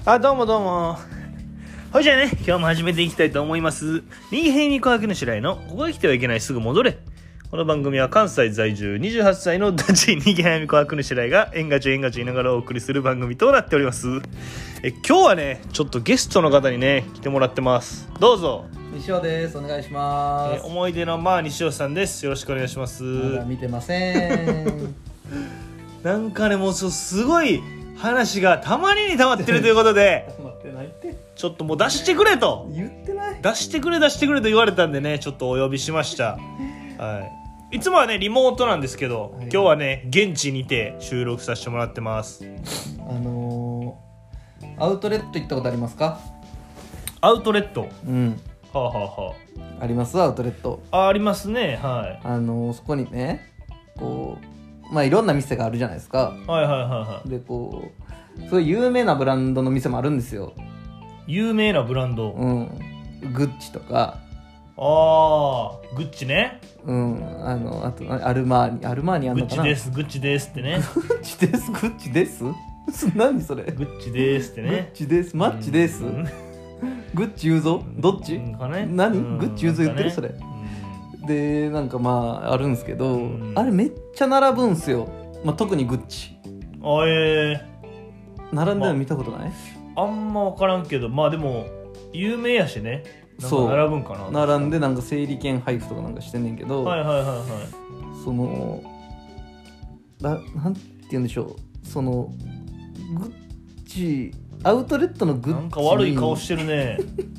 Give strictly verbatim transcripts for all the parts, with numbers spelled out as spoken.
あ、どうもどうも。ほいじゃあね、今日も始めていきたいと思います。右辺に琥珀の白井のここへ来てはいけないすぐ戻れ。この番組は関西在住にじゅうはっさいのダチ右辺に琥珀の白井が縁がちゅ縁がちゅ言いながらお送りする番組となっております。え今日はね、ちょっとゲストの方にね来てもらってます。どうぞ。 西尾です。お願いします。 え思い出のまあ西尾さんです。よろしくお願いします。 まだ見てません。 なんかね、もうすごい話がたまりにたまってるということで待ってないってちょっともう出してくれと言ってない出してくれ出してくれと言われたんでね、ちょっとお呼びしました。はい、いつもはねリモートなんですけど、はい、今日はね現地にて収録させてもらってます。 あのー、アウトレット行ったことありますか？ アウトレット、 うんはあはあはああります。アウトレットあ, ありますね。はい。 あのー、そこにねこうまあいろんな店があるじゃないですか。 はいはいはいはい。 でこうすごい有名なブランドの店もあるんですよ。 有名なブランド、 うん、グッチとか、 あーグッチね。 うんあのあとアルマーニアルマーニあんのかな。 グッチですグッチですってね。 グッチですグッチです何それ。 グッチですってね。 グッチですマッチです、うん、グッチ言うぞどっち、 うんかね、 何、 うん、 グッチ言うぞ言ってる、ね、それ、うん、でなんかまああるんですけど、うん、あれめっちゃ並ぶんすよ、まあ、特にグッチ。 あえー、並んでるの見たことない、 まあ、あんま分からんけど、まあでも有名やしね。なんか並ぶんかな。 並んでなんか整理券配布とかなんかしてんねんけど、 はいはいはいはい。 そのななんて言うんでしょう、そのグッチアウトレットのグッチなんか悪い顔してるね。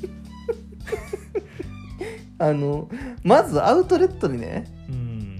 あのまずアウトレットにね、うん、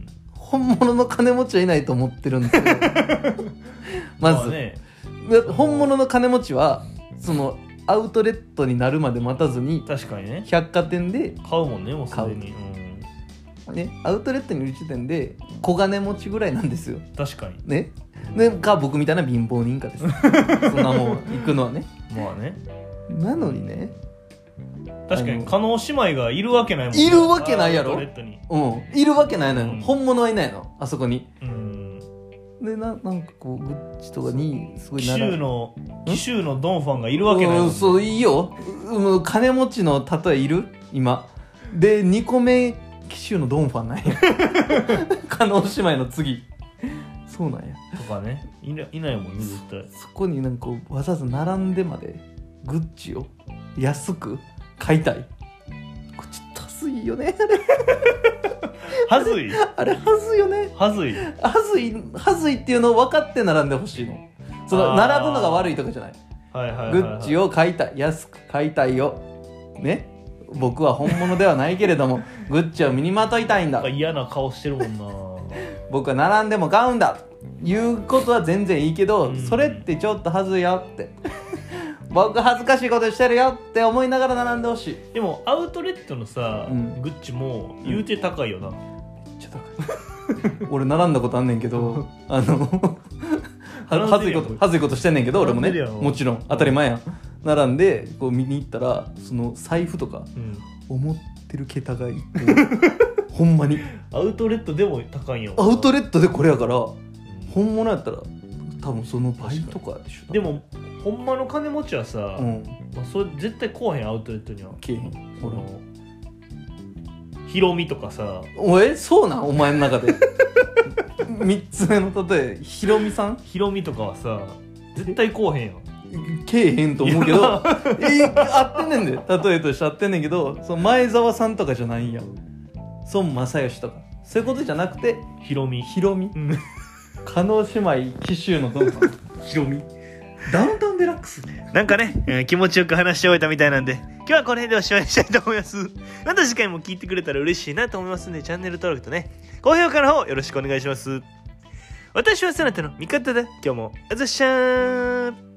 本物の金持ちはいないと思ってるんですよ。まず、まあね、本物の金持ちはそのアウトレットになるまで待たずに、 確かにね、 百貨店で買うもんね、もうすでに、 うん、ね、アウトレットにいる時点で小金持ちぐらいなんですよ。 確かにね。でか僕みたいな貧乏人かです。そんなもん行くのはね。 まあね。 なのにね、 確かに叶姉妹がいるわけないもんね。 いるわけないやろ。 アウトレットに、 うん、いるわけないのよ、 うん、 本物はいないのあそこに、 うん、 で な, なんかこうグッチとかにすごい紀州の紀州のドンファンがいるわけないもん、 ね、そういいよ、うん、金持ちの例えいる今でにこめ紀州のドンファンなんや。叶姉妹の次そうなんやとかね、い な, いないもんね絶対。 そ, そこになんかわざわざ並んでまでグッチを安く買いたい。これちょっとはずいよね。 はずいあれはずいよね。 はずいはずいはずいっていうのを分かって並んでほしいの。その並ぶのが悪いとかじゃない。 はいはいはいはい、 グッチを買いたい、安く買いたいよね。僕は本物ではないけれどもグッチを身にまといたいんだ。 嫌な顔してるもんな。 僕は並んでも買うんだいうことは全然いいけど、うん、それってちょっとはずいよって僕恥ずかしいことしてるよって思いながら並んでほしい。 でもアウトレットのさ、うん、グッチも言うて高いよな、うん、めっちゃ高い。俺並んだことあんねんけどあのはずいことはずいことしてんねんけど俺もね、もちろん当たり前やん。並んでこう見に行ったらその財布とか、うん、思ってる桁がいってほんまにアウトレットでも高いよ。 アウトレットでこれやから、うん、本物やったら多分その倍とかでしょ。 でもほんまの金持ちはさ、うんまあ、それ絶対こうへん。アウトレットにはけえへん。 そのヒロミとかさ。 おえそうなんお前の中で。みっつめの例えヒロミさんヒロミとかはさ絶対こうへんよ。 けえへんと思うけどえ合ってんねんで、例えとして合ってんねんけど、その前澤さんとかじゃないんや。孫正義とかそういうことじゃなくてヒロミヒロミ叶姉妹紀州のドンさんヒロミダウンタウンデラックスなんかね、えー、気持ちよく話しておいたみたいなんで今日はこの辺でおしまいにしたいと思います。また次回も聞いてくれたら嬉しいなと思いますのでチャンネル登録とね高評価の方よろしくお願いします。私はそなたの味方だ。今日もあざっしゃー。